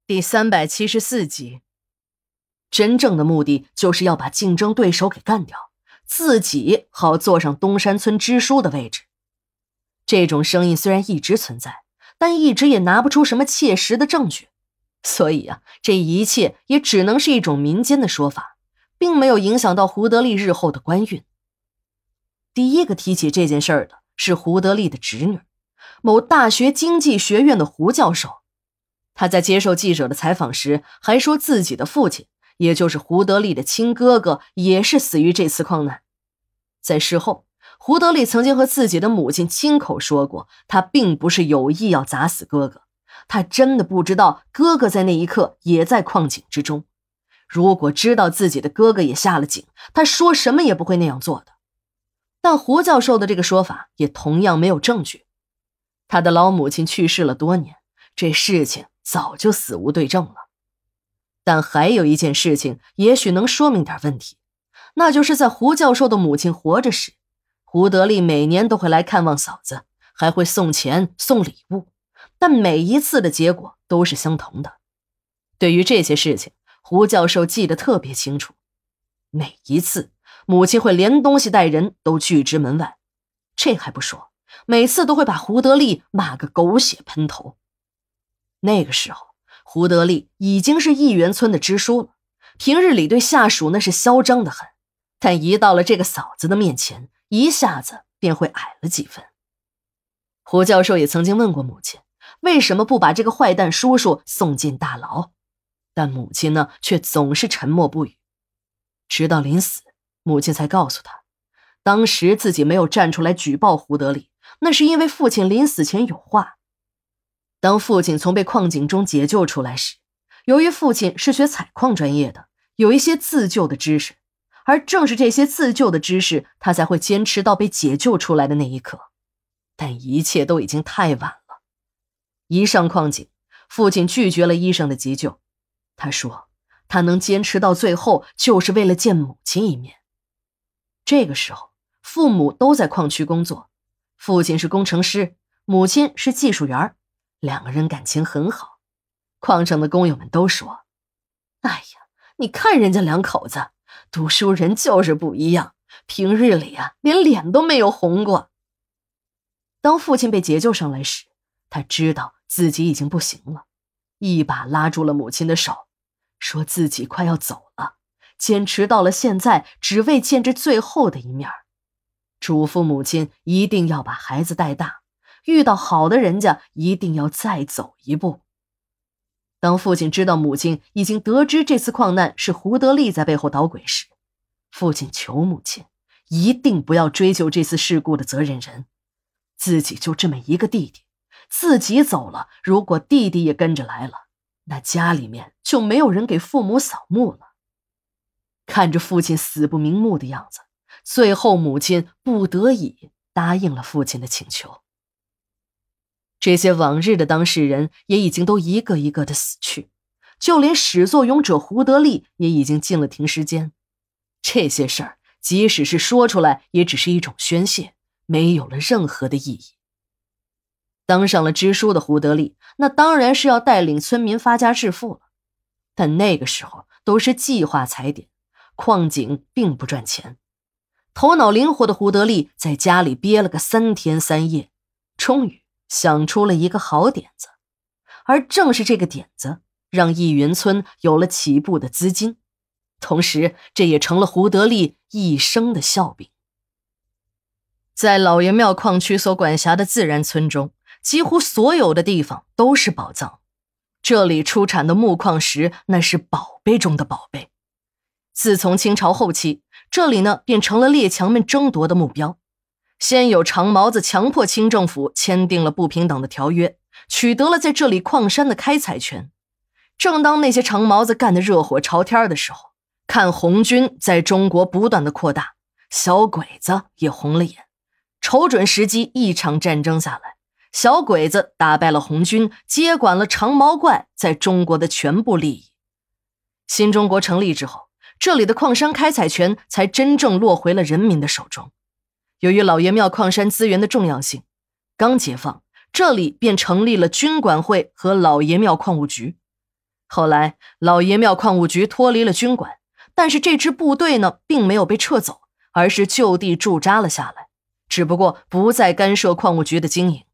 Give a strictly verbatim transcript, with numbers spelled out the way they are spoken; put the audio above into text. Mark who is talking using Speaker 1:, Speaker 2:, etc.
Speaker 1: 第三百七十四集。真正的目的就是要把竞争对手给干掉，自己好坐上东山村支书的位置。这种声音虽然一直存在，但一直也拿不出什么切实的证据，所以啊，这一切也只能是一种民间的说法，并没有影响到胡德利日后的官运。第一个提起这件事儿的是胡德利的侄女，某大学经济学院的胡教授。他在接受记者的采访时还说，自己的父亲，也就是胡德利的亲哥哥，也是死于这次矿难。在事后，胡德利曾经和自己的母亲亲口说过，他并不是有意要砸死哥哥，他真的不知道哥哥在那一刻也在矿井之中。如果知道自己的哥哥也下了井，他说什么也不会那样做的。但胡教授的这个说法也同样没有证据。他的老母亲去世了多年，这事情早就死无对证了。但还有一件事情也许能说明点问题，那就是在胡教授的母亲活着时，胡德利每年都会来看望嫂子，还会送钱送礼物，但每一次的结果都是相同的。对于这些事情，胡教授记得特别清楚，每一次母亲会连东西带人都拒之门外，这还不说，每次都会把胡德利骂个狗血喷头。那个时候胡德利已经是义园村的支书了，平日里对下属那是嚣张得很，但一到了这个嫂子的面前，一下子便会矮了几分。胡教授也曾经问过母亲，为什么不把这个坏蛋叔叔送进大牢，但母亲呢，却总是沉默不语。直到临死，母亲才告诉他，当时自己没有站出来举报胡德利，那是因为父亲临死前有话。当父亲从被矿井中解救出来时，由于父亲是学采矿专业的，有一些自救的知识，而正是这些自救的知识，他才会坚持到被解救出来的那一刻。但一切都已经太晚了。一上矿井，父亲拒绝了医生的急救，他说他能坚持到最后就是为了见母亲一面。这个时候父母都在矿区工作，父亲是工程师，母亲是技术员，两个人感情很好。矿上的工友们都说，哎呀，你看人家两口子，读书人就是不一样，平日里啊，连脸都没有红过。当父亲被解救上来时，他知道自己已经不行了，一把拉住了母亲的手，说自己快要走了，坚持到了现在，只为见这最后的一面，嘱咐母亲一定要把孩子带大，遇到好的人家一定要再走一步。当父亲知道母亲已经得知这次矿难是胡德利在背后捣鬼时，父亲求母亲一定不要追究这次事故的责任人，自己就这么一个弟弟，自己走了，如果弟弟也跟着来了，那家里面就没有人给父母扫墓了。看着父亲死不瞑目的样子，最后母亲不得已答应了父亲的请求。这些往日的当事人也已经都一个一个的死去，就连始作俑者胡德利也已经进了停尸间。这些事儿即使是说出来，也只是一种宣泄，没有了任何的意义。当上了支书的胡德利，那当然是要带领村民发家致富了，但那个时候都是计划踩点，矿井并不赚钱。头脑灵活的胡德利在家里憋了个三天三夜，终于想出了一个好点子，而正是这个点子让义云村有了起步的资金，同时这也成了胡德利一生的笑柄。在老爷庙矿区所管辖的自然村中，几乎所有的地方都是宝藏，这里出产的木矿石那是宝贝中的宝贝。自从清朝后期，这里呢便成了列强们争夺的目标。先有长毛子强迫清政府签订了不平等的条约，取得了在这里矿山的开采权。正当那些长毛子干得热火朝天的时候，看红军在中国不断的扩大，小鬼子也红了眼，瞅准时机，一场战争下来，小鬼子打败了红军，接管了长毛怪在中国的全部利益。新中国成立之后，这里的矿山开采权才真正落回了人民的手中。由于老爷庙矿山资源的重要性，刚解放，这里便成立了军管会和老爷庙矿务局。 后来老爷庙矿务局脱离了军管，但是这支部队呢并没有被撤走，而是就地驻扎了下来，只不过不再干涉矿务局的经营。